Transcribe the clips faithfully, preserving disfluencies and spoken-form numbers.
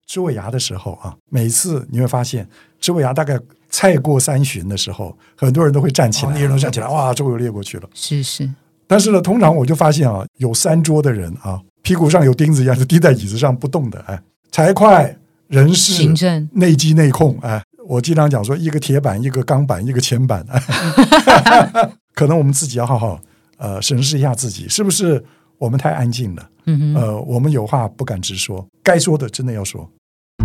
植尾牙的时候啊，每次你会发现植尾牙大概菜过三巡的时候，很多人都会站起来，那些人都站起来，哇，粥又列过去了。 是是。 但是呢，通常我就发现啊，有三桌的人啊，屁股上有钉子一样，是钉在椅子上不动的。哎，财会、人事、 行政、 内机内控，哎，我经常讲说，一个铁板，一个钢板，一个铅板。哎、可能我们自己要好好呃审视一下自己，是不是我们太安静了？嗯呃，我们有话不敢直说，该说的真的要说。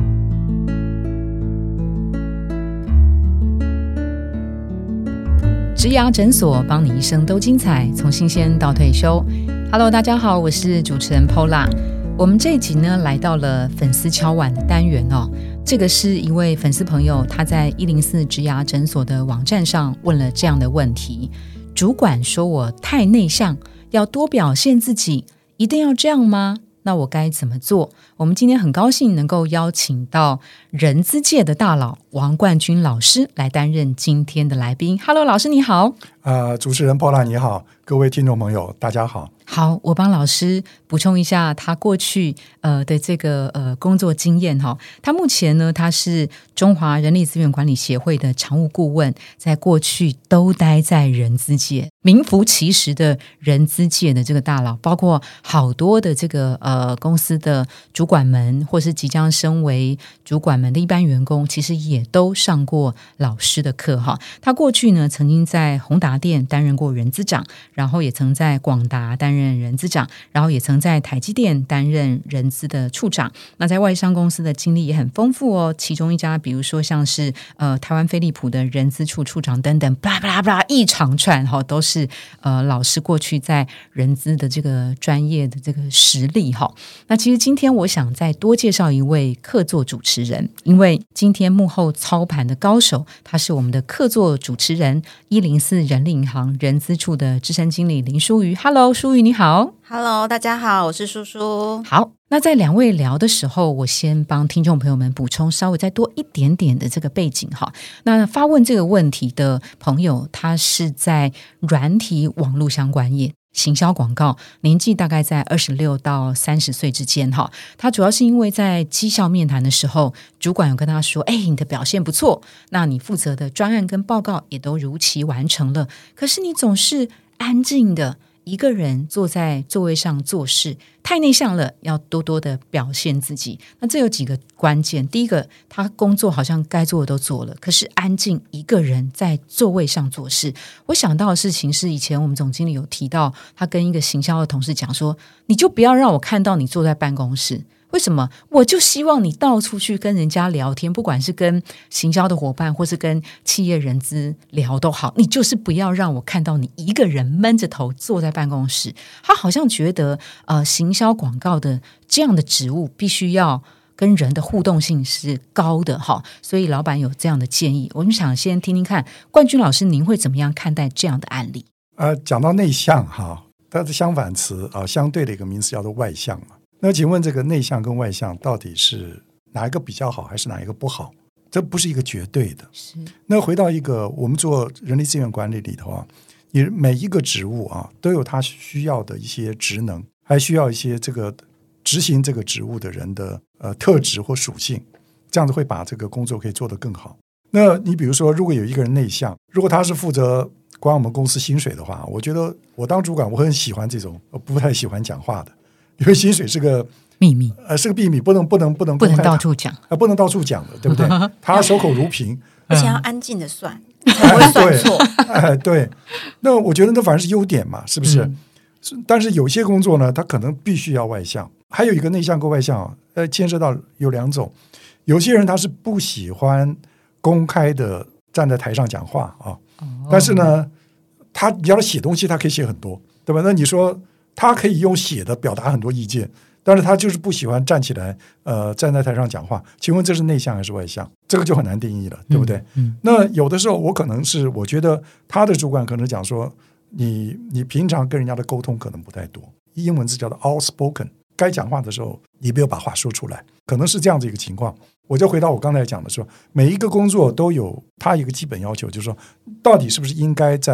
植牙诊所，帮你一生都精彩，从新鲜到退休。Hello， 大家好，我是主持人 Paula。我们这一集呢，来到了粉丝敲碗的单元哦。这个是一位粉丝朋友，他在一零四植牙诊所的网站上问了这样的问题：主管说我太内向，要多表现自己，一定要这样吗？那我该怎么做？我们今天很高兴能够邀请到人资界的大佬王冠军老师来担任今天的来宾。Hello， 老师你好。 呃，主持人 Paula 你好，各位听众朋友大家好。 好，我帮老师补充一下他过去呃的这个呃工作经验哈。他目前呢，他是中华人力资源管理协会的常务顾问，在过去都待在人资界，名副其实的人资界的这个大佬，包括好多的这个呃公司的主管们，或是即将升为主管们的一般员工，其实也都上过老师的课哈。他过去呢，曾经在宏达电担任过人资长，然后也曾在广达担任人资长，然后也曾在台积电担任人资的处长。那在外商公司的经历也很丰富哦，其中一家比如说像是呃台湾飞利浦的人资处处长等等，巴拉巴拉巴拉一长串哈、哦，都是呃老师过去在人资的这个专业的这个实力哈、哦。那其实今天我想再多介绍一位客座主持人，因为今天幕后操盘的高手，他是我们的客座主持人一零四人力银行人资处的资深经理林淑瑜。Hello， 淑瑜你好。 Hello， 大家好，我是淑淑。 好，那在两位聊的时候，我先帮听众朋友们补充稍微再多一点点的这个背景哈。那发问这个问题的朋友，他是在软体网络相关业行销广告，年纪大概在二十六到三十岁之间哈。他主要是因为在绩效面谈的时候，主管有跟他说：“哎，你的表现不错，那你负责的专案跟报告也都如期完成了。可是你总是安静的一个人坐在座位上做事，太内向了，要多多的表现自己。”那这有几个关键，第一个，他工作好像该做的都做了，可是安静一个人在座位上做事。我想到的事情是，以前我们总经理有提到，他跟一个行销的同事讲说：“你就不要让我看到你坐在办公室。”为什么？我就希望你到处去跟人家聊天，不管是跟行销的伙伴或是跟企业人资聊都好，你就是不要让我看到你一个人闷着头坐在办公室。他好像觉得呃，行销广告的这样的职务必须要跟人的互动性是高的哈，所以老板有这样的建议。我们想先听听看，冠军老师您会怎么样看待这样的案例？ 呃，讲到内向哈，它的相反词啊，相对的一个名词叫做外向嘛。那请问这个内向跟外向到底是哪一个比较好，还是哪一个不好？这不是一个绝对的。 是。 那回到一个我们做人力资源管理里头啊，你每一个职务啊都有它需要的一些职能，还需要一些这个执行这个职务的人的呃特质或属性，这样子会把这个工作可以做得更好。那你比如说，如果有一个人内向，如果他是负责管我们公司薪水的话，我觉得我当主管我很喜欢这种不太喜欢讲话的。因为薪水是个秘密， 呃，是个秘密，不能不能不能不能到处讲， 呃，不能到处讲的，对不对？他守口如瓶， 而且要安静的算，才不会算错。 哎，对，那我觉得那反而是优点嘛，是不是？嗯、但是有些工作呢，他可能必须要外向，还有一个内向跟外向，呃，牵涉到有两种。有些人他是不喜欢公开的站在台上讲话啊，哦、但是呢，他你要他写东西，他可以写很多，对吧？那你说。他可以用写的表达很多意见，但是他就是不喜欢站起来，呃，站在台上讲话。请问这是内向还是外向？这个就很难定义了，对不对？嗯嗯、那有的时候我可能是我觉得他的主管可能讲说，你你平常跟人家的沟通可能不太多，英文字叫做 outspoken， 该讲话的时候你没有把话说出来，可能是这样子一个情况。我就回到我刚才讲的说，每一个工作都有它一个基本要求，就是说到底是不是应该在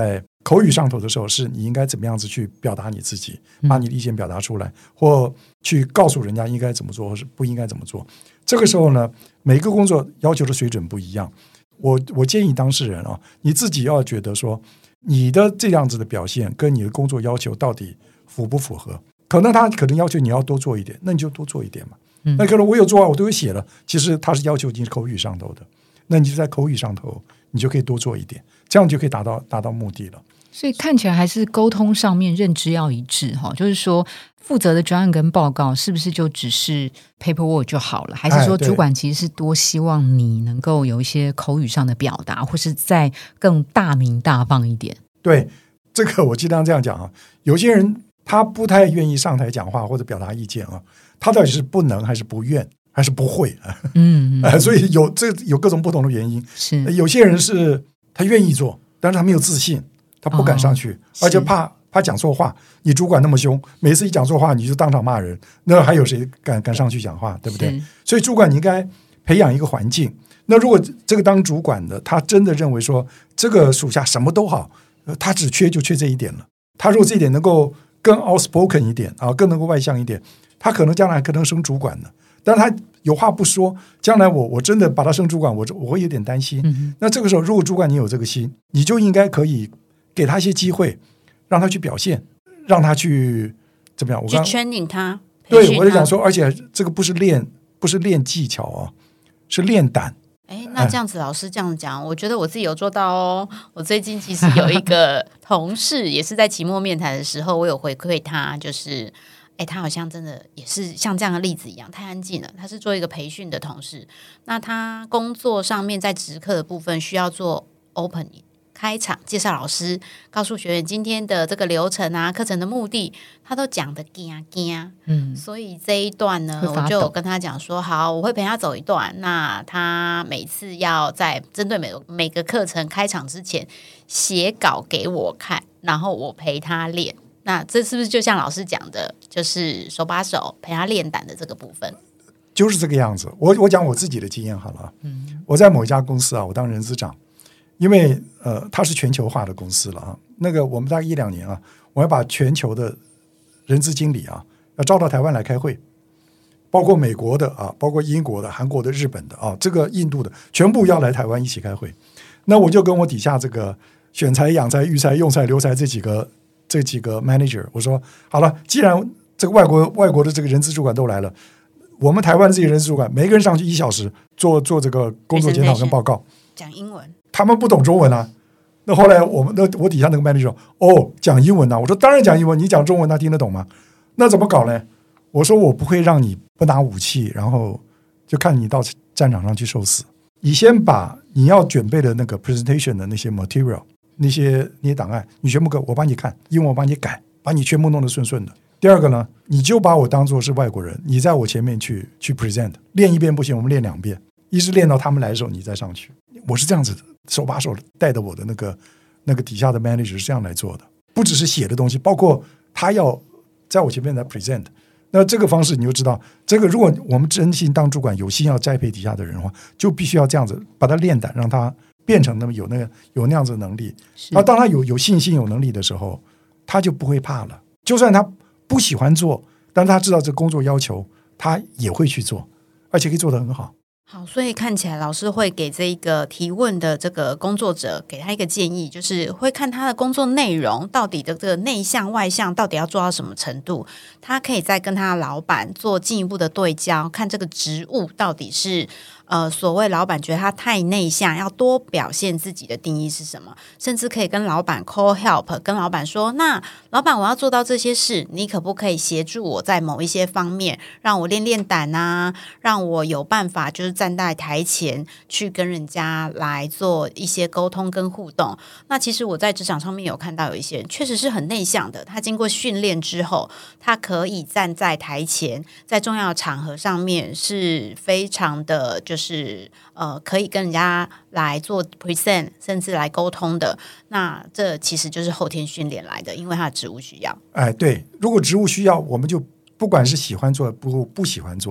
口语上头的时候，是你应该怎么样子去表达你自己，把你的意见表达出来，或去告诉人家应该怎么做，或是不应该怎么做。这个时候呢，每个工作要求的水准不一样。我我建议当事人啊，你自己要觉得说，你的这样子的表现跟你的工作要求到底符不符合？可能他可能要求你要多做一点，那你就多做一点嘛。嗯、那可能我有做啊，我都有写了，其实他是要求你口语上头的，那你就在口语上头，你就可以多做一点，这样就可以达到达到目的了。 所以看起来还是沟通上面认知要一致哈，就是说负责的专案跟报告是不是就只是 paperwork 就好了，还是说主管其实是多希望你能够有一些口语上的表达，或是再更大明大放一点？ 对，这个我经常这样讲啊，有些人他不太愿意上台讲话或者表达意见啊，他到底是不能还是不愿还是不会？嗯、呃，所以有这有各种不同的原因。 是有些人是他愿意做，但是他没有自信。他不敢上去，哦、而且怕怕讲错话。你主管那么凶，每次一讲错话你就当场骂人，那还有谁敢敢上去讲话，对不对？所以主管你应该培养一个环境。那如果这个当主管的他真的认为说这个属下什么都好，他只缺就缺这一点了。他如果这一点能够更 outspoken 一点啊，更能够外向一点，他可能将来可能升主管的。但他有话不说，将来我我真的把他升主管，我我会有点担心。嗯、那这个时候，如果主管你有这个心，你就应该可以给他一些机会，让他去表现，让他去怎么样？我去圈领他。 对，我就讲说，而且这个不是练，不是练技巧啊，是练胆。 哎，那这样子，老师这样讲，我觉得我自己有做到哦。我最近其实有一个同事，也是在期末面谈的时候，我有回馈他，就是哎，他好像真的也是像这样的例子一样，太安静了。他是做一个培训的同事，那他工作上面在直课的部分需要做 opening。开场介绍老师，告诉学员今天的这个流程啊，课程的目的，他都讲的惊惊，嗯，所以这一段呢，我就跟他讲说，好，我会陪他走一段。那他每次要在针对每每个课程开场之前写稿给我看，然后我陪他练。那这是不是就像老师讲的，就是手把手陪他练胆的这个部分？ 就是这个样子。我我讲我自己的经验好了，嗯，我在某一家公司啊，我当人资长。因为呃，它是全球化的公司了啊。那个我们大概一两年啊，我要把全球的人资经理啊，要招到台湾来开会，包括美国的啊，包括英国的、韩国的、日本的啊，这个印度的，全部要来台湾一起开会。那我就跟我底下这个选材、养材、育材、用材、留材这几个这几个 manager， 我说好了，既然这个外国外国的这个人资主管都来了，我们台湾的这些人资主管每个人上去一小时做做这个工作检讨跟报告， 讲英文。 他们不懂中文啊，那后来我们那我底下那个 manager 说，哦，讲英文啊，我说当然讲英文，你讲中文他听得懂吗？那怎么搞呢？我说我不会让你不拿武器，然后就看你到战场上去受死。你先把你要准备的那个 presentation 的那些 material， 那些那些档案，你全部给我帮你看，英文我帮你改，把你全部弄得顺顺的。第二个呢，你就把我当作是外国人，你在我前面去去 present， 练一遍不行，我们练两遍，一直练到他们来的时候你再上去。我是这样子的。手把手带着我的那个那个底下的 manager 是这样来做的，不只是写的东西，包括他要在我前面来 present。那这个方式你就知道，这个如果我们真心当主管，有心要栽培底下的人的话，就必须要这样子把他练胆，让他变成那么有那个有那样子的能力。那当他有有信心、有能力的时候，他就不会怕了。就算他不喜欢做，但他知道这工作要求，他也会去做，而且可以做得很好。 好，所以看起来老师会给这一个提问的这个工作者给他一个建议，就是会看他的工作内容到底的这个内向外向到底要做到什么程度，他可以再跟他的老板做进一步的对焦，看这个职务到底是呃所谓老板觉得他太内向，要多表现自己的定义是什么，甚至可以跟老板 call help， 跟老板说，那老板我要做到这些事，你可不可以协助我在某一些方面，让我练练胆啊，让我有办法就是站在台前去跟人家来做一些沟通跟互动。那其实我在职场上面有看到有一些人确实是很内向的，他经过训练之后，他可以站在台前，在重要的场合上面是非常的就是呃可以跟人家来做 present 甚至来沟通的。那这其实就是后天训练来的，因为他的职务需要。 哎，对，如果职务需要，我们就不管是喜欢做不不喜欢做，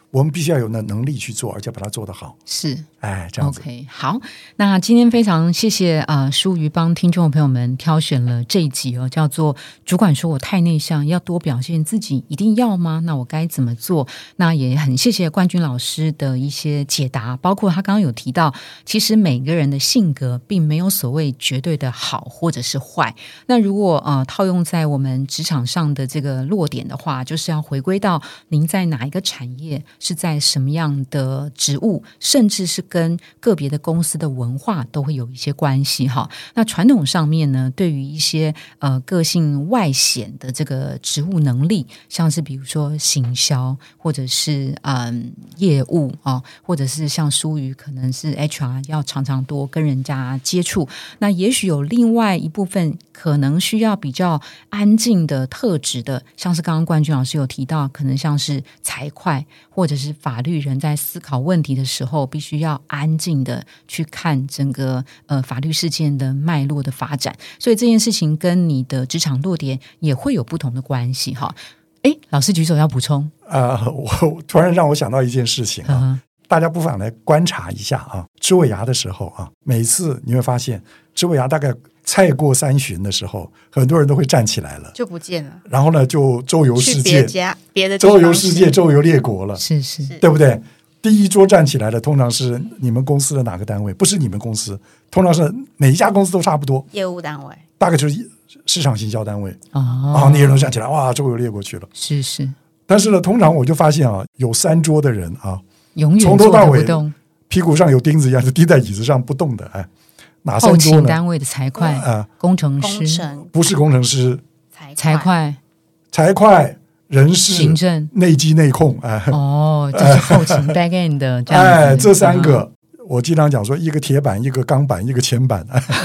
我们必须要有那能力去做，而且把它做得好。 是， 哎，这样子。 OK， 好，那今天非常谢谢啊、呃，舒瑜帮听众朋友们挑选了这一集哦，叫做“主管说我太内向，要多表现自己，一定要吗？那我该怎么做？”那也很谢谢冠军老师的一些解答，包括他刚刚有提到，其实每个人的性格并没有所谓绝对的好或者是坏。那如果呃套用在我们职场上的这个落点的话，就是要回归到您在哪一个产业。是在什么样的职务，甚至是跟个别的公司的文化都会有一些关系哈。那传统上面呢，对于一些呃个性外显的这个职务能力，像是比如说行销，或者是嗯业务啊，或者是像舒瑜可能是 H R 要常常多跟人家接触，那也许有另外一部分可能需要比较安静的特质的，像是刚刚冠军老师有提到，可能像是财会或者是法律人在思考问题的时候，必须要安静的去看整个呃法律事件的脉络的发展，所以这件事情跟你的职场落点也会有不同的关系哈。哎，老师举手要补充。 呃，我突然让我想到一件事情啊，嗯、大家不妨来观察一下啊，吃尾牙的时候啊，每次你会发现吃尾牙大概菜过三巡的时候，很多人都会站起来了， 就不见了。 然后呢，就周游世界， 别的周游世界，周游列国了， 是是， 对不对？第一桌站起来的通常是你们公司的哪个单位？不是你们公司，通常是每一家公司都差不多， 业务单位， 大概就是市场行销单位哦。 啊，那些人都站起来，哇，周游列国去了， 是是。 但是呢，通常我就发现啊，有三桌的人啊， 永远从头到尾不动， 屁股上有钉子一样，是钉在椅子上不动的，哎。哪三桌呢？ 后勤单位的财会、呃、工程师， 工程不是工程师， 财会、 财会、人事、 行政、 内机内控，哎， 哦，就是后勤 back end 的这样子。 哎，这三个、嗯、我经常讲说，一个铁板，一个钢板，一个铅板。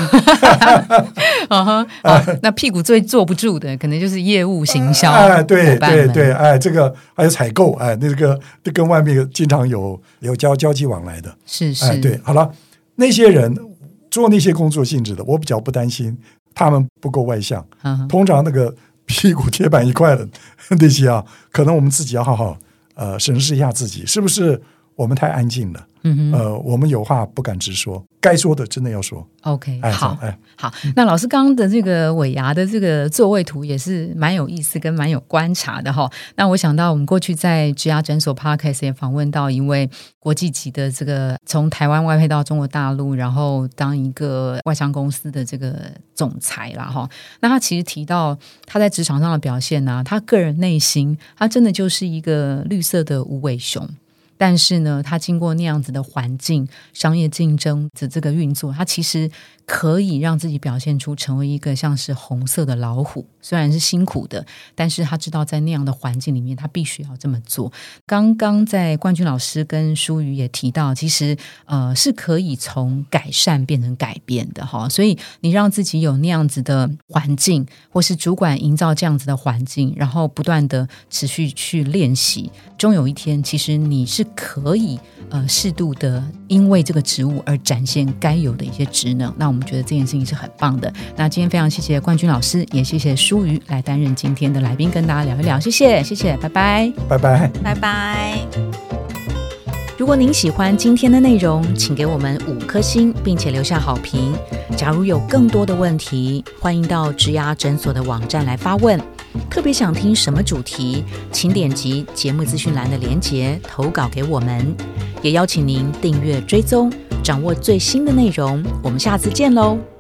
嗯哼，啊，那屁股最坐不住的，可能就是业务行销。 哎，对对对，哎，这个还有采购，哎，那个跟外面经常有有交交际往来的， 是是， 哎，对，好了，那些人。做那些工作性质的，我比较不担心他们不够外向。嗯、通常那个屁股铁板一块的那些啊，可能我们自己要好好呃审视一下自己，是不是我们太安静了？嗯、呃，我们有话不敢直说，该说的真的要说。 OK，、 哎、 好， 哎， 好。那老师刚刚的这个尾牙的这个座位图也是蛮有意思，跟蛮有观察的哈。那我想到我们过去在职涯诊所 Podcast 也访问到一位国际级的这个从台湾外配到中国大陆，然后当一个外商公司的这个总裁啦哈。那他其实提到他在职场上的表现呢、啊，他个人内心他真的就是一个绿色的无尾熊。但是呢，他经过那样子的环境、商业竞争的这个运作，他其实可以让自己表现出成为一个像是红色的老虎。虽然是辛苦的，但是他知道在那样的环境里面，他必须要这么做。刚刚在冠军老师跟舒瑜也提到，其实呃是可以从改善变成改变的哈。所以你让自己有那样子的环境，或是主管营造这样子的环境，然后不断的持续去练习，终有一天，其实你是可以呃适度的因为这个职务而展现该有的一些职能。那我们觉得这件事情是很棒的。那今天非常谢谢冠军老师，也谢谢舒瑜来担任今天的来宾，跟大家聊一聊。谢谢，谢谢，拜拜， 拜拜， 拜拜。 如果您喜欢今天的内容，请给我们五颗星，并且留下好评。假如有更多的问题，欢迎到职涯诊所的网站来发问。特别想听什么主题，请点击节目资讯栏的连结投稿给我们。也邀请您订阅追踪，掌握最新的内容。我们下次见喽。